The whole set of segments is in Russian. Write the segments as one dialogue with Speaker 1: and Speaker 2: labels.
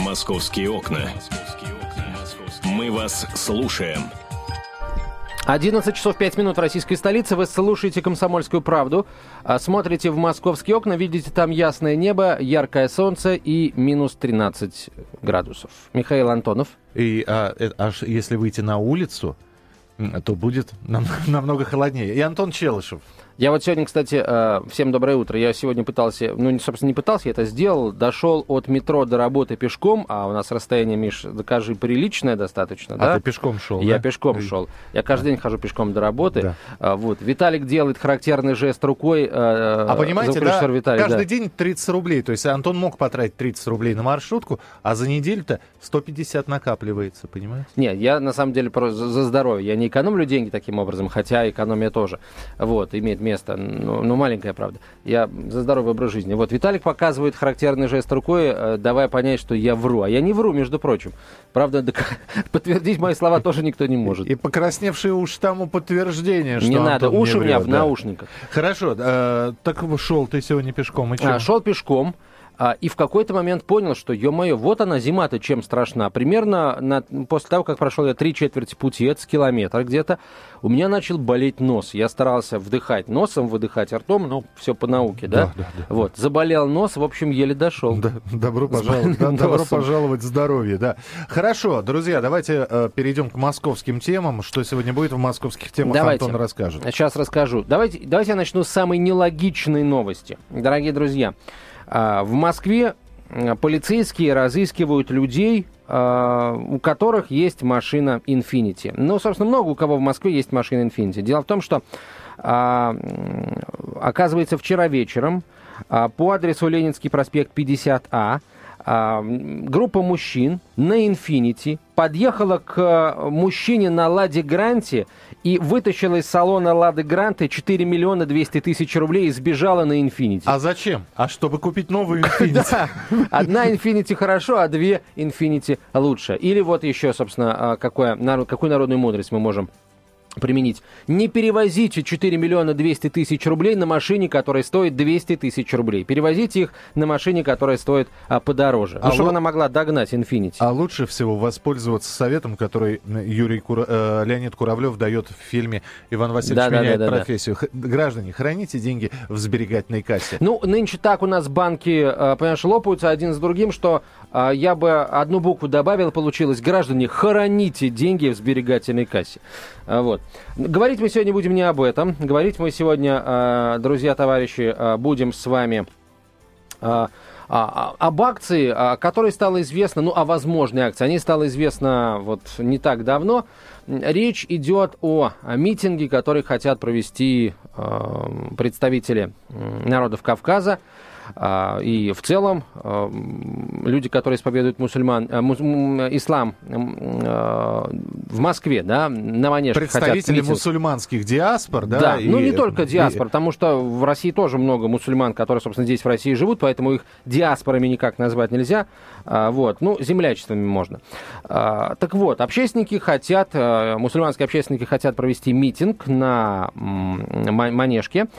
Speaker 1: «Московские окна». Мы вас слушаем.
Speaker 2: 11 часов 5 минут в российской столице. Вы слушаете «Комсомольскую правду». Смотрите в московские окна, видите там ясное небо, яркое солнце и минус 13 градусов. Михаил Антонов.
Speaker 3: И если выйти на улицу, то будет намного холоднее. И Антон Челышев.
Speaker 2: Я вот сегодня, кстати, всем доброе утро. Я сегодня пытался, собственно, не пытался, я это сделал. Дошел от метро до работы пешком, а у нас расстояние, Миш, докажи, приличное достаточно, да?
Speaker 3: А ты пешком шел,
Speaker 2: Я
Speaker 3: да?
Speaker 2: пешком шел. Я каждый день хожу пешком до работы.
Speaker 3: Да.
Speaker 2: Вот. Виталик делает характерный жест рукой.
Speaker 3: А понимаете, да,
Speaker 2: Виталик,
Speaker 3: каждый день 30 рублей. То есть Антон мог потратить 30 рублей на маршрутку, а за неделю-то 150 накапливается, понимаете?
Speaker 2: Нет, я на самом деле просто за здоровье. Я не экономлю деньги таким образом, хотя экономия тоже имеет место. Ну, маленькая, правда. Я за здоровый образ жизни. Вот, Виталик показывает характерный жест рукой, давая понять, что я вру. А я не вру, между прочим. Правда, подтвердить мои слова тоже никто не может.
Speaker 3: И покрасневшие уши тому подтверждение, что
Speaker 2: не
Speaker 3: Антон
Speaker 2: надо, уши
Speaker 3: не
Speaker 2: у меня
Speaker 3: врет,
Speaker 2: в наушниках.
Speaker 3: Хорошо, так шел ты сегодня пешком, и что?
Speaker 2: Шел пешком. И в какой-то момент понял, что, ё-моё, вот она, зима-то чем страшна. Примерно после того, как прошел я 3/4 пути, это с километра где-то, у меня начал болеть нос. Я старался вдыхать носом, выдыхать ртом, но все по науке, да?
Speaker 3: Да.
Speaker 2: Вот, заболел нос, в общем, еле дошел.
Speaker 3: Да, добро пожаловать в здоровье, да. Хорошо, друзья, давайте перейдем к московским темам. Что сегодня будет в московских темах, Антон расскажет.
Speaker 2: Сейчас расскажу. Давайте я начну с самой нелогичной новости. Дорогие друзья, в Москве полицейские разыскивают людей, у которых есть машина Infiniti. Ну, собственно, много у кого в Москве есть машина Infiniti. Дело в том, что, оказывается, вчера вечером по адресу Ленинский проспект 50А группа мужчин на Infiniti подъехала к мужчине на Ладе Гранте и вытащила из салона Лады Гранты 4 миллиона 200 тысяч рублей и сбежала на Infiniti.
Speaker 3: А зачем? А чтобы купить новую Infiniti?
Speaker 2: Да. Одна Infiniti хорошо, а две Infiniti лучше. Или вот еще, собственно, какую народную мудрость мы можем применить. Не перевозите 4 миллиона 200 тысяч рублей на машине, которая стоит 200 тысяч рублей. Перевозите их на машине, которая стоит подороже. Чтобы она могла догнать Infiniti.
Speaker 3: А лучше всего воспользоваться советом, который Леонид Куравлев дает в фильме «Иван Васильевич меняет профессию». Граждане, храните деньги в сберегательной кассе.
Speaker 2: Ну, нынче так у нас банки, понимаешь, лопаются один с другим, что я бы одну букву добавил, получилось: граждане, храните деньги в сберегательной кассе. Вот. Говорить мы сегодня будем не об этом. Говорить мы сегодня, друзья, товарищи, будем с вами об акции, которой стало известно, о возможной акции. О ней стало известно вот не так давно. Речь идет о митинге, который хотят провести представители народов Кавказа. И в целом люди, которые исповедуют ислам в Москве, да, на Манежке
Speaker 3: представители мусульманских диаспор, да?
Speaker 2: Да, не только диаспор, потому что в России тоже много мусульман, которые, собственно, здесь в России живут, поэтому их диаспорами никак назвать нельзя. Землячествами можно. Так вот, мусульманские общественники хотят провести митинг на Манежке.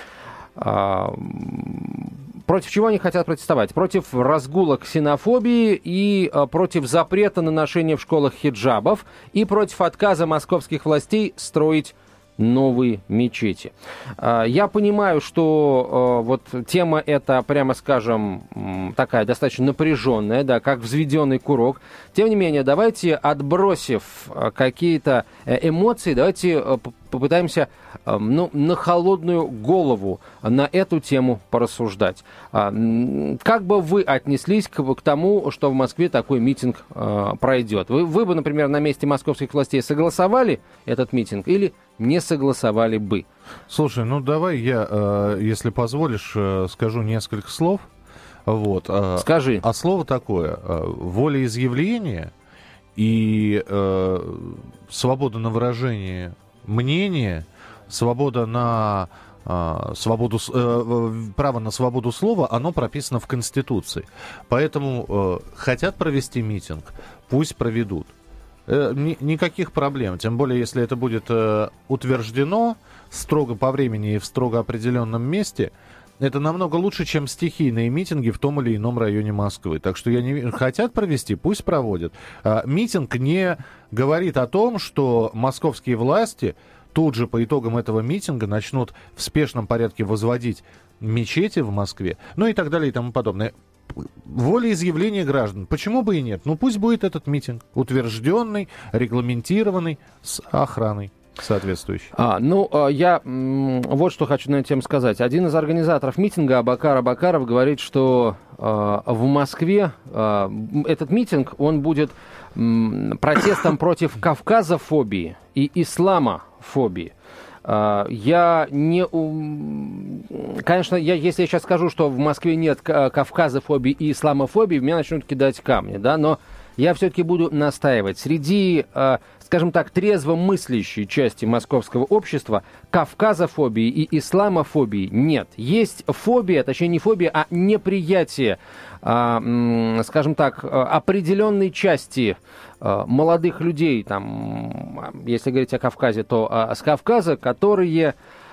Speaker 2: Против чего они хотят протестовать? Против разгула ксенофобии и против запрета на ношение в школах хиджабов и против отказа московских властей строить новые мечети. Я понимаю, что вот тема эта, прямо скажем, такая достаточно напряженная, да, как взведенный курок. Тем не менее, давайте, отбросив какие-то эмоции, давайте попытаемся на холодную голову на эту тему порассуждать. Как бы вы отнеслись к тому, что в Москве такой митинг пройдет? Вы бы, например, на месте московских властей согласовали этот митинг или не согласовали бы?
Speaker 3: Слушай, давай я, если позволишь, скажу несколько слов. Вот.
Speaker 2: Скажи.
Speaker 3: А слово такое: волеизъявление и свобода на выражение мнения, право на свободу слова, оно прописано в Конституции. Поэтому хотят провести митинг, пусть проведут. Никаких проблем. Тем более, если это будет утверждено строго по времени и в строго определенном месте, Это намного лучше, чем стихийные митинги в том или ином районе Москвы. Так что хотят провести, пусть проводят. Митинг не говорит о том, что московские власти тут же по итогам этого митинга начнут в спешном порядке возводить мечети в Москве, ну и так далее и тому подобное. Волеизъявление граждан. Почему бы и нет? Ну пусть будет этот митинг утвержденный, регламентированный, с охраной соответствующей.
Speaker 2: Я вот что хочу на эту тему сказать. Один из организаторов митинга, Абакар Абакаров, говорит, что в Москве этот митинг, он будет протестом против кавказофобии и исламофобии. Конечно, если я сейчас скажу, что в Москве нет кавказофобии и исламофобии, меня начнут кидать камни, да, но я все-таки буду настаивать. Среди, скажем так, трезво мыслящей части московского общества кавказофобии и исламофобии нет. Есть фобия, точнее не фобия, а неприятие, скажем так, определенной части молодых людей, там, если говорить о Кавказе, то с Кавказа, которые,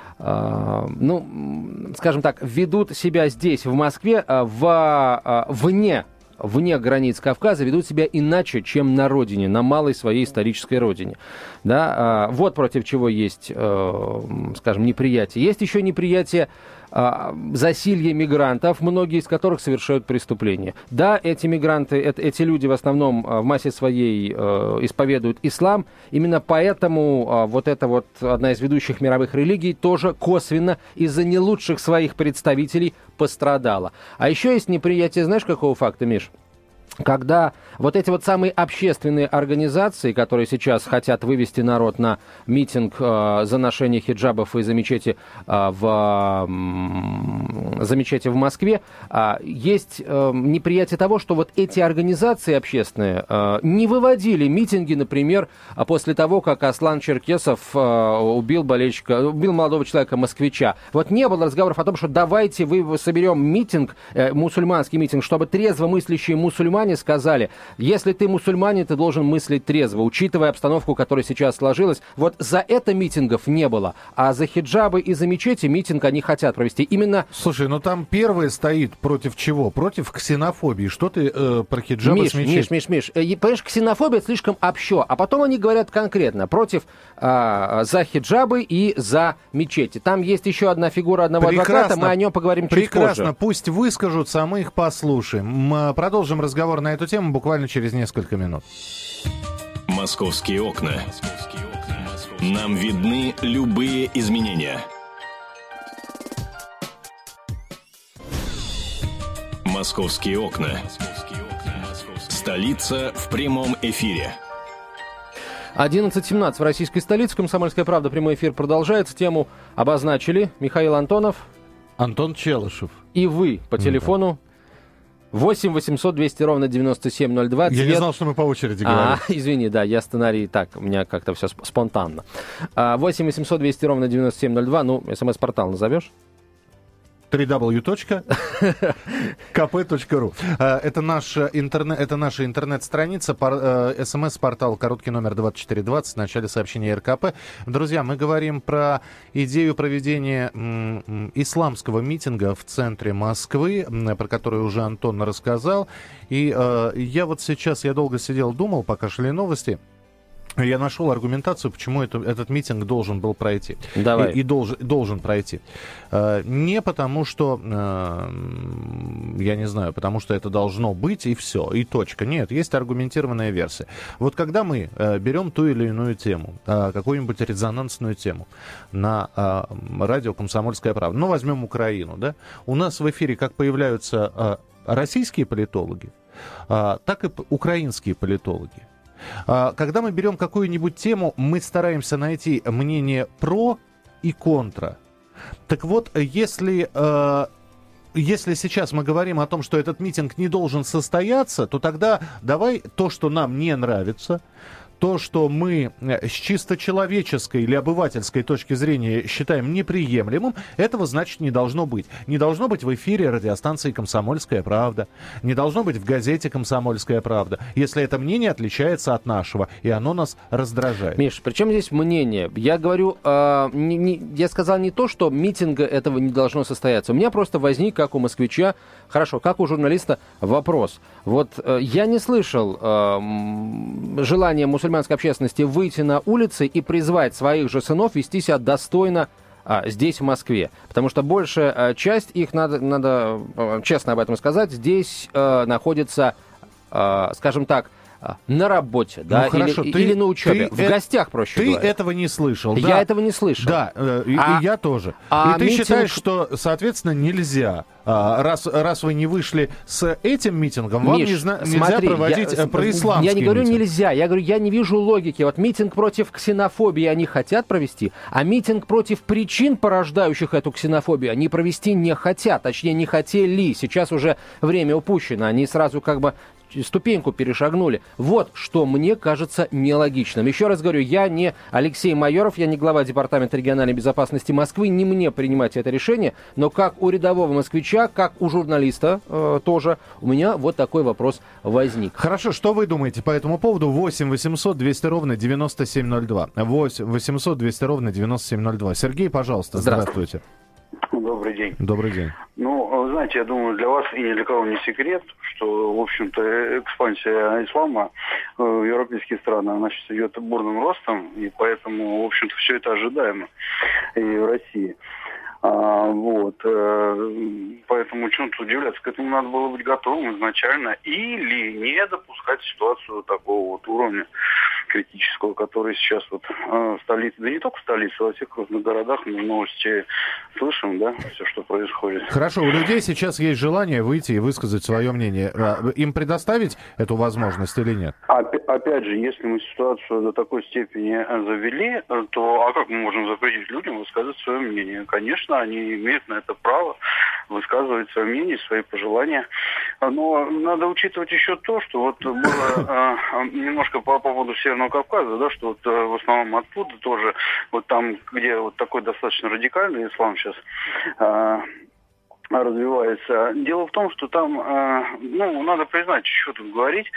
Speaker 2: скажем так, ведут себя здесь, в Москве, вне границ Кавказа, ведут себя иначе, чем на родине, на малой своей исторической родине. Да? Вот против чего есть, скажем, неприятие. Есть еще неприятие засилье мигрантов, многие из которых совершают преступления. Да, эти мигранты, эти люди в основном в массе своей исповедуют ислам, именно поэтому вот эта вот одна из ведущих мировых религий тоже косвенно из-за не лучших своих представителей пострадала. А еще есть неприятие, знаешь, какого факта, Миш? Когда вот эти вот самые общественные организации, которые сейчас хотят вывести народ на митинг за ношение хиджабов и за мечети в Москве, есть неприятие того, что вот эти организации общественные не выводили митинги, например, после того, как Аслан Черкесов убил молодого человека-москвича. Вот не было разговоров о том, что давайте соберем митинг, мусульманский митинг, чтобы трезво мыслящие мусульмане сказали, если ты мусульманин, ты должен мыслить трезво, учитывая обстановку, которая сейчас сложилась. Вот за это митингов не было, а за хиджабы и за мечети митинг они хотят провести. Именно...
Speaker 3: Слушай, там первое стоит против чего? Против ксенофобии. Что ты про хиджабы с мечетью?
Speaker 2: Миш, понимаешь, ксенофобия слишком общо, а потом они говорят конкретно против за хиджабы и за мечети. Там есть еще одна фигура одного адвоката, мы о нем поговорим чуть позже.
Speaker 3: Прекрасно, пусть выскажутся, а мы их послушаем. Мы продолжим разговор на эту тему буквально через несколько минут.
Speaker 1: Московские окна. Нам видны любые изменения. Московские окна. Столица в прямом эфире.
Speaker 2: 11:17 в российской столице. «Комсомольская правда». Прямой эфир продолжается. Тему обозначили Михаил Антонов.
Speaker 3: Антон Челышев.
Speaker 2: И вы по телефону. 8 800 200 ровно 9702.
Speaker 3: Я не знал, что мы по очереди говорим.
Speaker 2: Извини, да, я ссценарий так, у меня как-то все спонтанно. 8 800 200 ровно 9702. СМС-портал назовешь?
Speaker 3: www.kp.ru. Это наша интернет-страница, СМС-портал, короткий номер 2420, в начале сообщения РКП. Друзья, мы говорим про идею проведения исламского митинга в центре Москвы, про который уже Антон рассказал. И я вот сейчас, я долго сидел, думал, пока шли новости. Я нашел аргументацию, почему этот митинг должен был пройти.
Speaker 2: Давай.
Speaker 3: И должен пройти. Не потому, что, я не знаю, потому что это должно быть, и все, и точка. Нет, есть аргументированная версия. Вот когда мы берем ту или иную тему, какую-нибудь резонансную тему на радио «Комсомольская правда», возьмем Украину, да, у нас в эфире как появляются российские политологи, так и украинские политологи. Когда мы берем какую-нибудь тему, мы стараемся найти мнение про и контра. Так вот, если сейчас мы говорим о том, что этот митинг не должен состояться, то тогда давай то, что нам не нравится, то, что мы с чисто человеческой или обывательской точки зрения считаем неприемлемым, этого, значит, не должно быть. Не должно быть в эфире радиостанции «Комсомольская правда», не должно быть в газете «Комсомольская правда», если это мнение отличается от нашего, и оно нас раздражает.
Speaker 2: Миш, при чем здесь мнение? Я говорю, я сказал не то, что митинга этого не должно состояться. У меня просто возник, как у москвича, хорошо, как у журналиста, вопрос. Вот я не слышал желания мусульманской общественности выйти на улицы и призвать своих же сынов вести себя достойно здесь, в Москве. Потому что большая часть их, надо честно об этом сказать, здесь находится, скажем так, на работе, да,
Speaker 3: ну, хорошо,
Speaker 2: или на учебе, в гостях, проще говоря.
Speaker 3: Ты этого не слышал.
Speaker 2: Я этого не слышал.
Speaker 3: Да, и я тоже. И ты считаешь, что, соответственно, нельзя, раз вы не вышли с этим митингом, вам
Speaker 2: Миш,
Speaker 3: нельзя
Speaker 2: смотри,
Speaker 3: происламский
Speaker 2: Я не говорю
Speaker 3: митинг.
Speaker 2: нельзя, я говорю, я не вижу логики. Вот митинг против ксенофобии они хотят провести, а митинг против причин, порождающих эту ксенофобию, они провести не хотят, точнее, не хотели. Сейчас уже время упущено, они сразу как бы ступеньку перешагнули. Вот что мне кажется нелогичным. Еще раз говорю, я не Алексей Майоров, я не глава Департамента региональной безопасности Москвы, не мне принимать это решение, но как у рядового москвича, как у журналиста тоже, у меня вот такой вопрос возник.
Speaker 3: Хорошо, что вы думаете по этому поводу? 8 800 200 ровно 9702. 8 800 200 ровно 9702. Сергей, пожалуйста, здравствуйте.
Speaker 4: Добрый день.
Speaker 3: Добрый день.
Speaker 4: Ну, вы знаете, я думаю, для вас и ни для кого не секрет, что, в общем-то, экспансия ислама в европейские страны, она сейчас идет бурным ростом, и поэтому, в общем-то, все это ожидаемо и в России. Поэтому чему тут удивляться, к этому надо было быть готовым изначально или не допускать ситуацию такого вот уровня критического, который сейчас вот в столице, да не только в столице, во всех крупных городах мы новости слышим, да, все, что происходит.
Speaker 3: Хорошо, у людей сейчас есть желание выйти и высказать свое мнение. Им предоставить эту возможность или нет?
Speaker 4: Опять же, если мы ситуацию до такой степени завели, то как мы можем запретить людям высказывать свое мнение? Конечно, они имеют на это право высказывать свое мнение, свои пожелания. Но надо учитывать еще то, что вот было немножко по поводу Северного Кавказа, да, что вот в основном оттуда тоже, вот там, где вот такой достаточно радикальный ислам сейчас развивается. Дело в том, что там, надо признать, что тут говорить,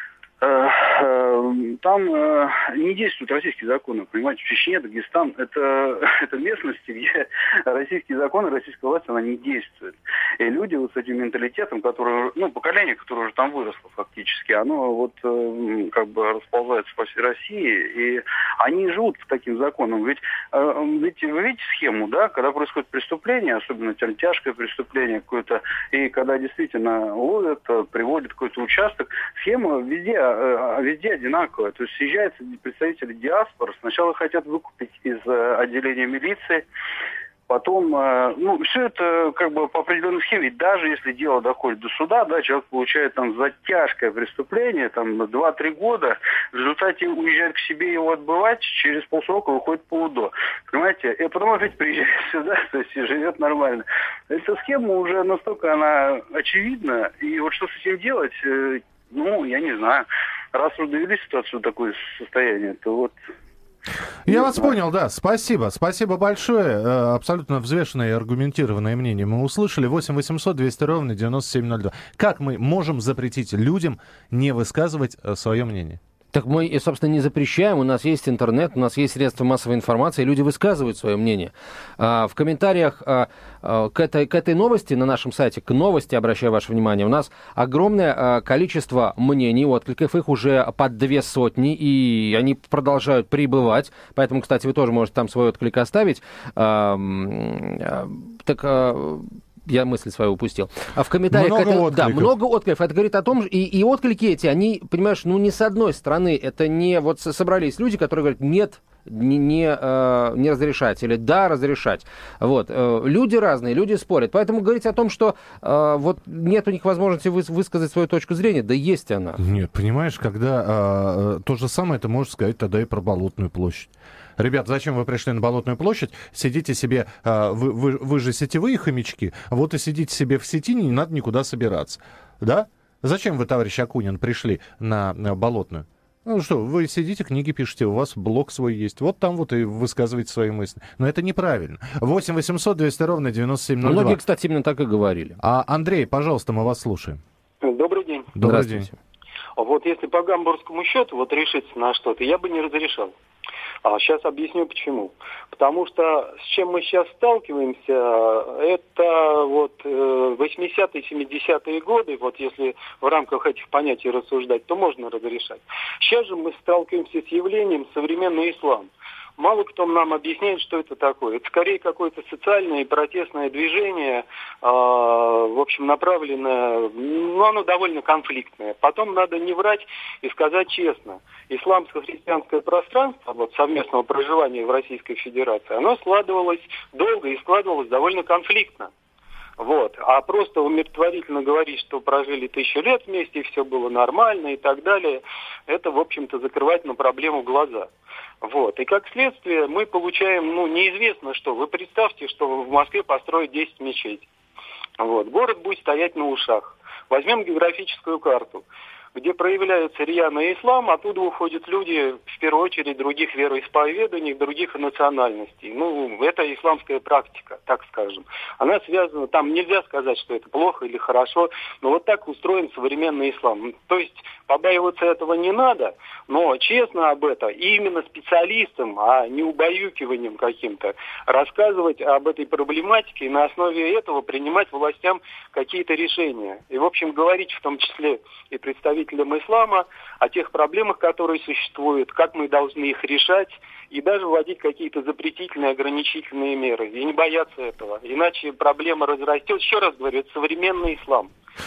Speaker 4: там не действуют российские законы, понимаете, в Чечне, Дагестан, это местности, где российские законы, российская власть, она не действует. И люди вот с этим менталитетом, поколение, которое уже там выросло фактически, оно вот как бы расползается по всей России, и они живут по таким законам. Ведь вы видите схему, да, когда происходит преступление, особенно тяжкое преступление какое-то, и когда действительно ловят, приводят какой-то участок, схема везде одинаковая. То есть съезжаются представители диаспор, сначала хотят выкупить из отделения милиции, потом, все это как бы по определенной схеме, даже если дело доходит до суда, да, человек получает там за тяжкое преступление, там, 2-3 года, в результате уезжает к себе его отбывать, через полсрока выходит по УДО. Понимаете? И потом опять приезжает сюда, то есть и живет нормально. Эта схема уже настолько, она очевидна, и вот что с этим делать, я не знаю. Раз уже довели ситуацию до такое состояние, то вот...
Speaker 3: Я вас понял, да. Спасибо. Спасибо большое. Абсолютно взвешенное и аргументированное мнение мы услышали. 8 800 200 ровно 9702. Как мы можем запретить людям не высказывать свое мнение?
Speaker 2: Так мы, собственно, не запрещаем. У нас есть интернет, у нас есть средства массовой информации, и люди высказывают свое мнение. В комментариях к этой новости на нашем сайте, к новости, обращаю ваше внимание, у нас огромное количество мнений, откликов, их уже под 200, и они продолжают прибывать. Поэтому, кстати, вы тоже можете там свой отклик оставить. Я мысль свою упустил. А в комментариях... много откликов. Это говорит о том, и отклики эти, они, понимаешь, не с одной стороны. Это не вот собрались люди, которые говорят, нет, не разрешать, или да, разрешать. Вот. Люди разные, люди спорят. Поэтому говорить о том, что вот нет у них возможности высказать свою точку зрения, да есть она.
Speaker 3: Нет, понимаешь, когда то же самое ты можешь сказать тогда и про Болотную площадь. Ребят, зачем вы пришли на Болотную площадь? Сидите себе, вы же сетевые хомячки, вот и сидите себе в сети, не надо никуда собираться. Да? Зачем вы, товарищ Акунин, пришли на Болотную? Ну что, вы сидите, книги пишете, у вас блог свой есть. Вот там вот и высказываете свои мысли. Но это неправильно. 8 800 200 ровно 9702.
Speaker 2: Многие, кстати, именно так и говорили.
Speaker 3: Андрей, пожалуйста, мы вас слушаем.
Speaker 5: Добрый день.
Speaker 3: Добрый день.
Speaker 5: Вот если по гамбургскому счету вот решиться на что-то, я бы не разрешал. Сейчас объясню почему. Потому что с чем мы сейчас сталкиваемся, это вот 80-е, 70-е годы, вот если в рамках этих понятий рассуждать, то можно разрешать. Сейчас же мы сталкиваемся с явлением современный ислам. Мало кто нам объясняет, что это такое. Это скорее какое-то социальное и протестное движение, в общем, направленное, оно довольно конфликтное. Потом надо не врать и сказать честно. Исламско-христианское пространство вот, совместного проживания в Российской Федерации, оно складывалось долго и складывалось довольно конфликтно. Вот. А просто умиротворительно говорить, что прожили 1000 лет вместе, и все было нормально и так далее, это, в общем-то, закрывать на проблему глаза. Вот. И как следствие мы получаем, неизвестно что. Вы представьте, что в Москве построят 10 мечетей. Вот. Город будет стоять на ушах. Возьмем географическую карту, где проявляется рьяный ислам, оттуда уходят люди, в первую очередь, других вероисповеданий, других национальностей. Это исламская практика, так скажем. Она связана, там нельзя сказать, что это плохо или хорошо, но вот так устроен современный ислам. То есть побаиваться этого не надо, но честно об этом, и именно специалистам, а не убаюкиванием каким-то, рассказывать об этой проблематике и на основе этого принимать властям какие-то решения. И, в общем, говорить в том числе и представителям ислама о тех проблемах, которые существуют, как мы должны их решать, и даже вводить какие-то запретительные, ограничительные меры. И не бояться этого. Иначе проблема разрастет. Еще раз говорю, это современный ислам.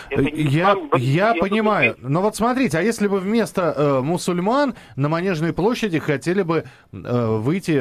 Speaker 3: Я понимаю. Но вот смотрите, а если бы вместо мусульман на Манежной площади хотели бы выйти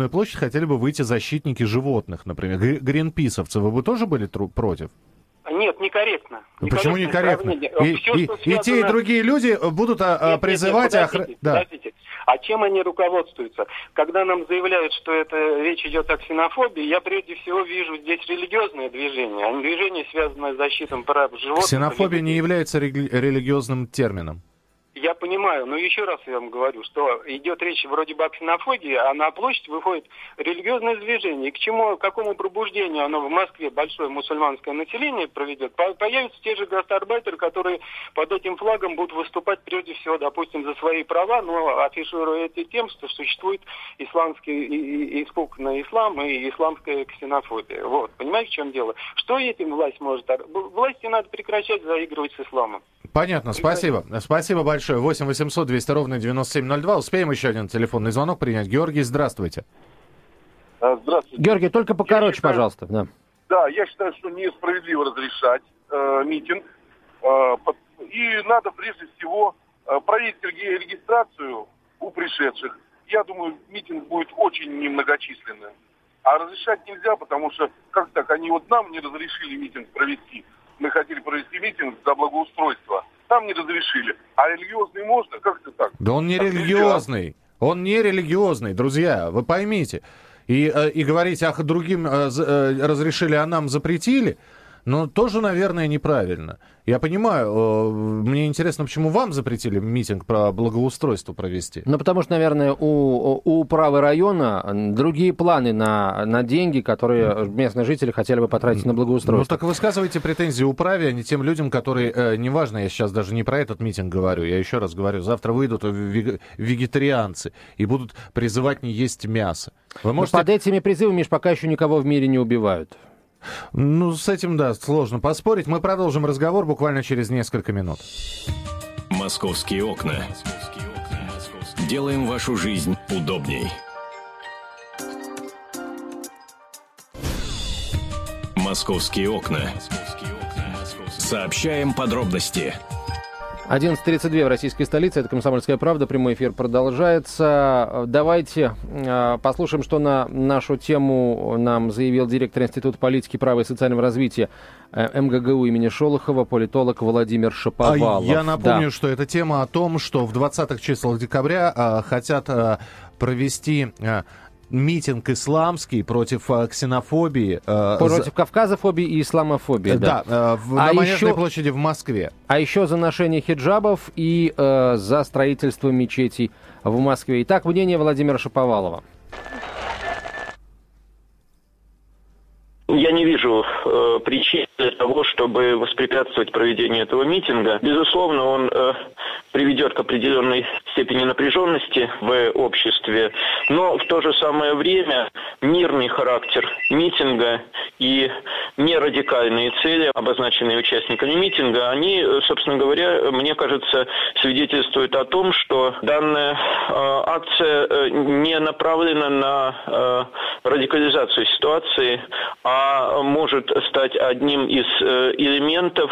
Speaker 3: защитники животных, например, гринписовцы, вы бы тоже были против?
Speaker 5: Нет, некорректно.
Speaker 3: Почему некорректно? И те, и другие люди будут призывать...
Speaker 5: Подождите. А чем они руководствуются? Когда нам заявляют, что это речь идет о ксенофобии, я прежде всего вижу здесь религиозное движение, а не движение, связанное с защитой прав животных.
Speaker 3: Ксенофобия не является религиозным термином.
Speaker 5: Я понимаю, но еще раз я вам говорю, что идет речь вроде бы о ксенофобии, а на площадь выходит религиозное движение. И к какому пробуждению оно в Москве большое мусульманское население проведет? Появятся те же гастарбайтеры, которые под этим флагом будут выступать прежде всего, допустим, за свои права, но афишируя это тем, что существует исламский испуг на ислам и исламская ксенофобия. Вот, понимаете, в чем дело? Что этим власть может? Власти надо прекращать заигрывать с исламом.
Speaker 3: Понятно, спасибо. Спасибо большое. 8 800 200 ровно 9702. Успеем еще один телефонный звонок принять. Георгий, здравствуйте.
Speaker 6: Здравствуйте.
Speaker 2: Георгий, только покороче, пожалуйста.
Speaker 6: Да, я считаю, что несправедливо разрешать митинг. И надо прежде всего проверить регистрацию у пришедших. Я думаю, митинг будет очень немногочисленным. А разрешать нельзя, потому что, как так, они вот нам не разрешили митинг провести. Мы хотели провести митинг за благоустройство. Там не разрешили. А религиозный можно? Как это так?
Speaker 3: Да он не религиозный. Он не религиозный, друзья, вы поймите. И говорить, другим разрешили, а нам запретили, тоже, наверное, неправильно. Я понимаю, мне интересно, почему вам запретили митинг про благоустройство провести?
Speaker 2: Потому что, наверное, у управы района другие планы на деньги, которые местные жители хотели бы потратить на благоустройство.
Speaker 3: Так высказывайте претензии управе, а не тем людям, которые, неважно, я сейчас даже не про этот митинг говорю, я еще раз говорю, завтра выйдут вегетарианцы и будут призывать не есть мясо. Вы можете...
Speaker 2: Под этими призывами пока еще никого в мире не убивают.
Speaker 3: С этим, да, сложно поспорить. Мы продолжим разговор буквально через несколько минут.
Speaker 1: «Московские окна». Делаем вашу жизнь удобней. «Московские окна». Сообщаем подробности.
Speaker 2: 11:32 в российской столице. Это «Комсомольская правда». Прямой эфир продолжается. Давайте послушаем, что на нашу тему нам заявил директор Института политики, права и социального развития МГГУ имени Шолохова, политолог Владимир Шаповалов.
Speaker 3: Я напомню, что это тема о том, что в 20-х числах декабря хотят провести митинг исламский против ксенофобии.
Speaker 2: Против кавказофобии и исламофобии, да.
Speaker 3: Да, на Манежной площади в Москве.
Speaker 2: А еще за ношение хиджабов и за строительство мечетей в Москве. Итак, мнение Владимира Шаповалова.
Speaker 7: Я не вижу причин для того, чтобы воспрепятствовать проведению этого митинга. Безусловно, он приведет к определенной степени напряженности в обществе, но в то же самое время мирный характер митинга и нерадикальные цели, обозначенные участниками митинга, они, собственно говоря, мне кажется, свидетельствуют о том, что данная акция не направлена на радикализацию ситуации, а может стать одним из элементов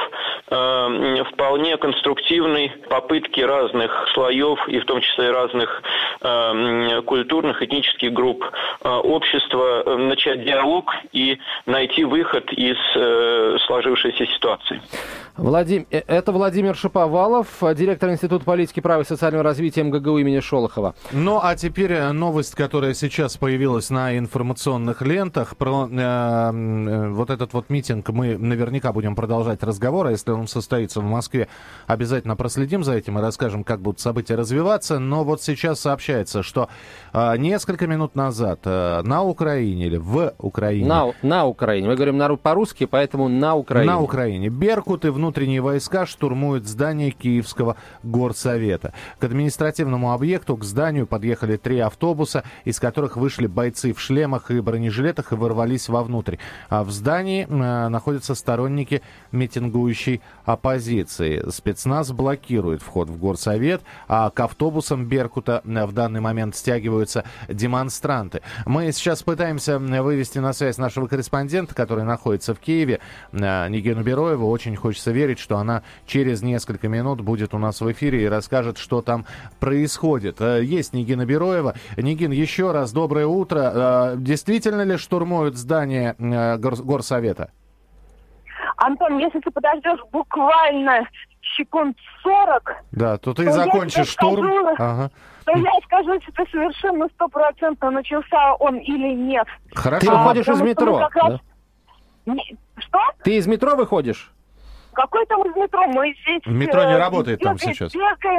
Speaker 7: вполне конструктивной попытки разных слоев, и в том числе разных культурных, этнических групп общества начать диалог и найти выход из сложившейся ситуации.
Speaker 2: Это Владимир Шаповалов, директор Института политики, права и социального развития МГГУ имени Шолохова.
Speaker 3: Ну, а теперь новость, которая сейчас появилась на информационных лентах про вот этот вот митинг. Мы наверняка будем продолжать разговор, а если он состоится в Москве, обязательно проследим за этим и расскажем, как будут события развиваться. Но вот сейчас сообщается, что несколько минут назад на Украине или в Украине...
Speaker 2: На Украине. Мы говорим по-русски, поэтому на Украине.
Speaker 3: На Украине. Беркут и внутренние войска штурмуют здание Киевского горсовета. К административному объекту, к зданию подъехали 3 автобуса, из которых вышли бойцы в шлемах и бронежилетах и ворвались вовнутрь. А в здании находятся сторонники митингующей оппозиции. Спецназ блокирует вход в горсовет, а к автобусам Беркута в данный момент стягиваются демонстранты. Мы сейчас пытаемся вывести на связь нашего корреспондента, который находится в Киеве, Нигину Бероеву. Очень хочется верить, что она через несколько минут будет у нас в эфире и расскажет, что там происходит. Есть Нигина Бероева. Нигин, еще раз доброе утро. Действительно ли штурмуют здание горсовета?
Speaker 8: Антон, если ты подождешь буквально секунд 40...
Speaker 3: Да, то ты закончишь штурм.
Speaker 8: То я скажу, что это совершенно 100% начался он или нет.
Speaker 2: Хорошо. Ты выходишь из метро, да?
Speaker 8: Что?
Speaker 2: Ты из метро выходишь?
Speaker 8: Какой там из метро? Мы здесь...
Speaker 3: Метро не работает там сейчас.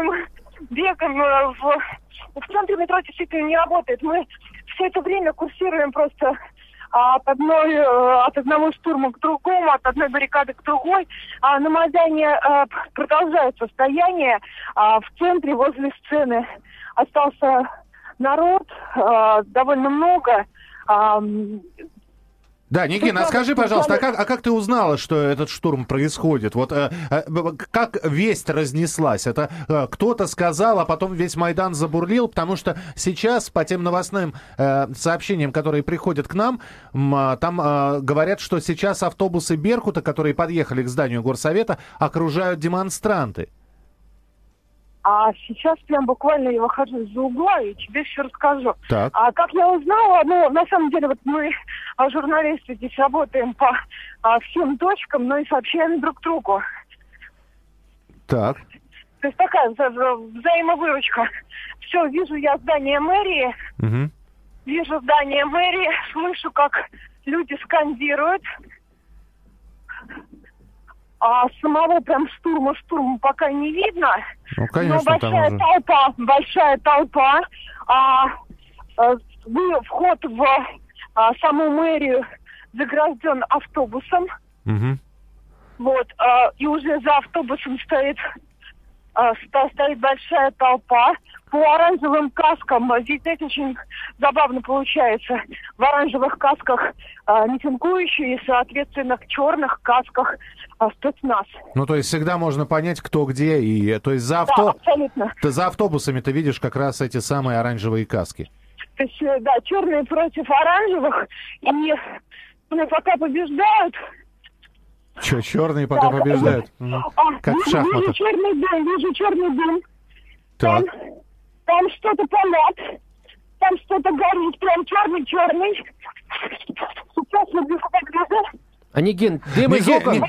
Speaker 8: Бегаем в центре метро действительно не работает. Мы все это время курсируем просто от одного штурма к другому, от одной баррикады к другой. На Майдане продолжается стояние. В центре, возле сцены, остался народ, довольно много.
Speaker 3: Да, Нигина, скажи, пожалуйста, а как ты узнала, что этот штурм происходит? Вот как весть разнеслась? Это кто-то сказал, а потом весь Майдан забурлил, потому что сейчас по тем новостным сообщениям, которые приходят к нам, там говорят, что сейчас автобусы Беркута, которые подъехали к зданию горсовета, окружают демонстранты.
Speaker 8: А сейчас прям буквально я выхожу из-за угла и тебе все расскажу.
Speaker 3: Так.
Speaker 8: А как я узнала, на самом деле, вот мы, журналисты, здесь работаем по всем точкам, но и сообщаем друг другу.
Speaker 3: Так.
Speaker 8: То есть такая взаимовыручка. Все, вижу я здание мэрии, вижу здание мэрии, слышу, как люди скандируют. А самого прям штурма пока не видно.
Speaker 3: Ну, конечно,
Speaker 8: но большая толпа. Вход в саму мэрию загражден автобусом. Вот. И уже за автобусом стоит большая толпа. По оранжевым каскам, здесь, знаете, очень забавно получается. В оранжевых касках митингующие и, соответственно, в черных касках спецназ.
Speaker 3: Ну, то есть всегда можно понять, кто где. И, то есть
Speaker 8: Да, абсолютно.
Speaker 3: Ты за автобусами ты видишь как раз эти самые оранжевые каски.
Speaker 8: То есть, да, черные против оранжевых. И пока побеждают...
Speaker 3: Че, черные пока побеждают? Как в шахматах.
Speaker 8: Вижу черный дым.
Speaker 3: Так.
Speaker 8: Там что-то палят. Там что-то горит. Прям черный. Сейчас я бегу по грязи.
Speaker 2: Нигин, дым из окон?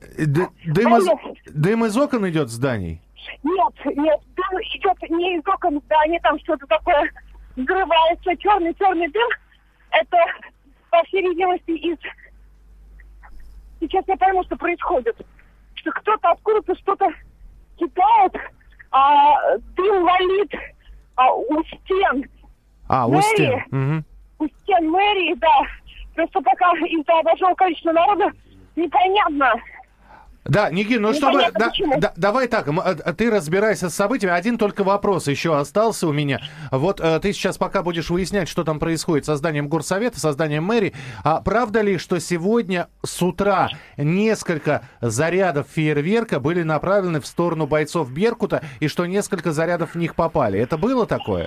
Speaker 3: Дым из окон идет с зданий?
Speaker 8: Нет, дым идет не из окон зданий. Там что-то такое взрывается. Черный дым. это, по всей видимости, Сейчас я пойму, что происходит. Что кто-то откуда-то что-то кидает, дым валит у стен.
Speaker 3: У стен.
Speaker 8: У стен мэрии, да. Просто пока из-за большого количества народа непонятно.
Speaker 3: Да, Нигин, давай так, ты разбирайся с событиями. Один только вопрос еще остался у меня. Вот ты сейчас пока будешь выяснять, что там происходит со зданием горсовета, со зданием мэрии. А правда ли, что сегодня с утра несколько зарядов фейерверка были направлены в сторону бойцов Беркута, и что несколько зарядов в них попали? Это было такое?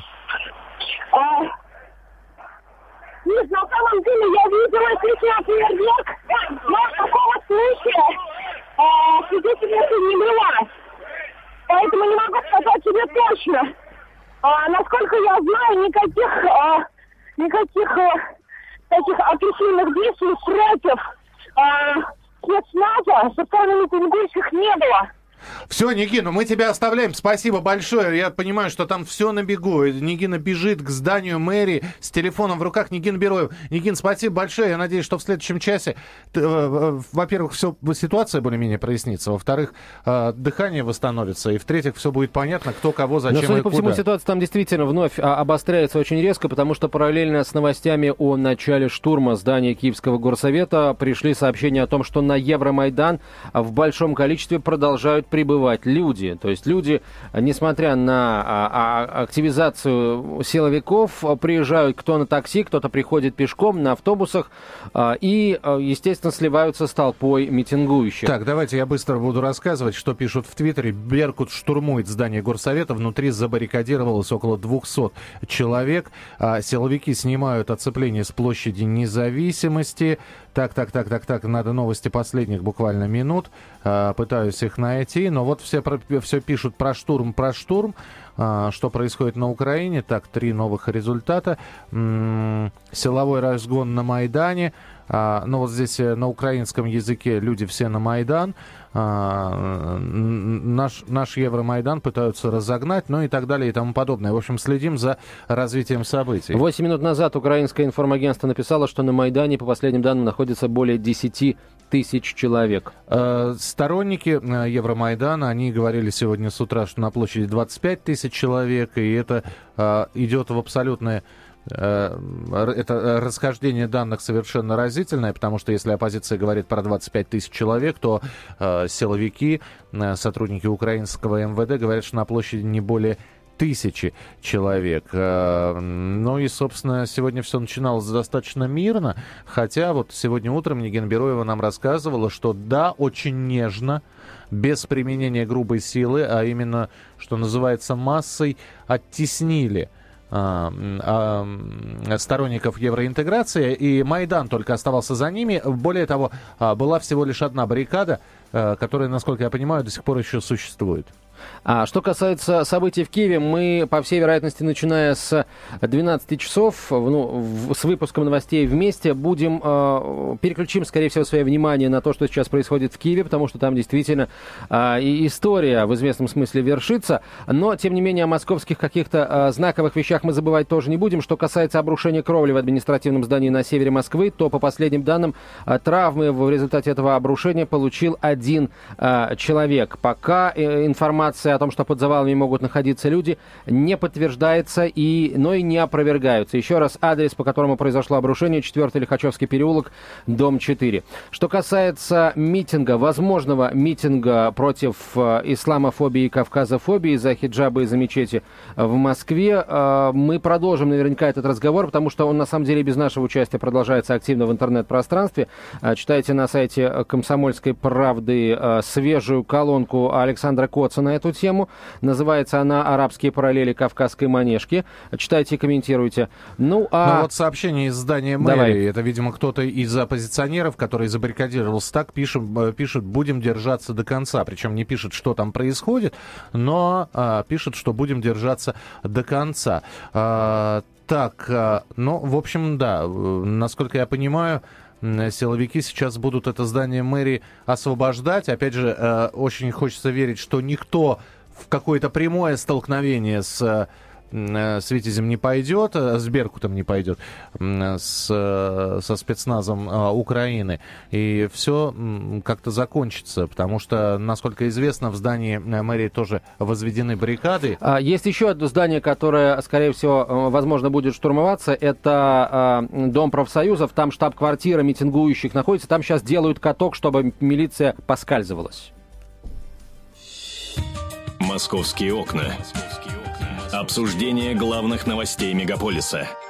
Speaker 8: Нет, на самом деле я видела сейчас фейерверк, но такого случая свидетельницы не была. Поэтому не могу сказать тебе точно. Насколько я знаю, никаких таких агрессивных действий против спецназа со стороны митингующих не было.
Speaker 3: Все, Нигина, мы тебя оставляем. Спасибо большое. Я понимаю, что там все на бегу. Нигина бежит к зданию мэрии с телефоном в руках. Нигин Бероев. Нигин, спасибо большое. Я надеюсь, что в следующем часе, во-первых, ситуация более-менее прояснится. Во-вторых, дыхание восстановится. И в-третьих, все будет понятно, кто кого, зачем и куда.
Speaker 2: Но, судя по всему, ситуация там действительно вновь обостряется очень резко, потому что параллельно с новостями о начале штурма здания Киевского горсовета пришли сообщения о том, что на Евромайдан в большом количестве продолжают прибывать люди. То есть люди, несмотря на активизацию силовиков, приезжают кто на такси, кто-то приходит пешком, на автобусах и, естественно, сливаются с толпой митингующих.
Speaker 3: Так, давайте я быстро буду рассказывать, что пишут в Твиттере. Беркут штурмует здание горсовета. Внутри забаррикадировалось около 200 человек. Силовики снимают оцепление с площади Независимости. Так, надо новости последних буквально минут. Пытаюсь их найти. Но вот все пишут про штурм. Что происходит на Украине. Так, 3 новых результата. Силовой разгон на Майдане. Ну, вот здесь на украинском языке люди все на Майдан. Наш Евромайдан пытаются разогнать, ну и так далее и тому подобное. В общем, следим за развитием событий.
Speaker 2: 8 минут назад украинское информагентство написало, что на Майдане, по последним данным, находится более 10 тысяч человек.
Speaker 3: Сторонники Евромайдана, они говорили сегодня с утра, что на площади 25 тысяч человек, и это идет в абсолютное... Это расхождение данных совершенно разительное, потому что если оппозиция говорит про 25 тысяч человек, то силовики, сотрудники украинского МВД говорят, что на площади не более 1000 человек. Ну и, собственно, сегодня все начиналось достаточно мирно, хотя вот сегодня утром Нигин Бероева нам рассказывала, что да, очень нежно, без применения грубой силы, а именно, что называется, массой оттеснили сторонников евроинтеграции, и Майдан только оставался за ними. Более того, была всего лишь одна баррикада, которая, насколько я понимаю, до сих пор еще существует.
Speaker 2: А что касается событий в Киеве, мы, по всей вероятности, начиная с 12 часов, с выпуском новостей вместе, переключим, скорее всего, свое внимание на то, что сейчас происходит в Киеве, потому что там действительно история в известном смысле вершится. Но, тем не менее, о московских каких-то знаковых вещах мы забывать тоже не будем. Что касается обрушения кровли в административном здании на севере Москвы, то, по последним данным, травмы в результате этого обрушения получил 1 человек. Пока информация о том, что под завалами могут находиться люди, не подтверждается, но и не опровергаются. Еще раз, адрес, по которому произошло обрушение: 4-й Лихачевский переулок, дом 4. Что касается возможного митинга против исламофобии и кавказофобии за хиджабы и за мечети в Москве, мы продолжим наверняка этот разговор, потому что он, на самом деле, без нашего участия продолжается активно в интернет-пространстве. Читайте на сайте «Комсомольской правды» свежую колонку Александра Коца на эту тему. Называется она «Арабские параллели кавказской манежки». Читайте и комментируйте. Ну
Speaker 3: вот сообщение из здания мэрии. Давай. Это, видимо, кто-то из оппозиционеров, который забаррикадировался так, пишет: будем держаться до конца. Причем не пишет, что там происходит, но пишет, что будем держаться до конца. В общем, да, насколько я понимаю, силовики сейчас будут это здание мэрии освобождать. Опять же, очень хочется верить, что никто в какое-то прямое столкновение с с «Витязем» не пойдет, с «Беркутом» не пойдет, со спецназом Украины. И все как-то закончится, потому что, насколько известно, в здании мэрии тоже возведены баррикады.
Speaker 2: Есть еще одно здание, которое, скорее всего, возможно, будет штурмоваться. Это Дом профсоюзов. Там штаб-квартира митингующих находится. Там сейчас делают каток, чтобы милиция поскальзывалась.
Speaker 1: «Московские окна». Обсуждение главных новостей мегаполиса.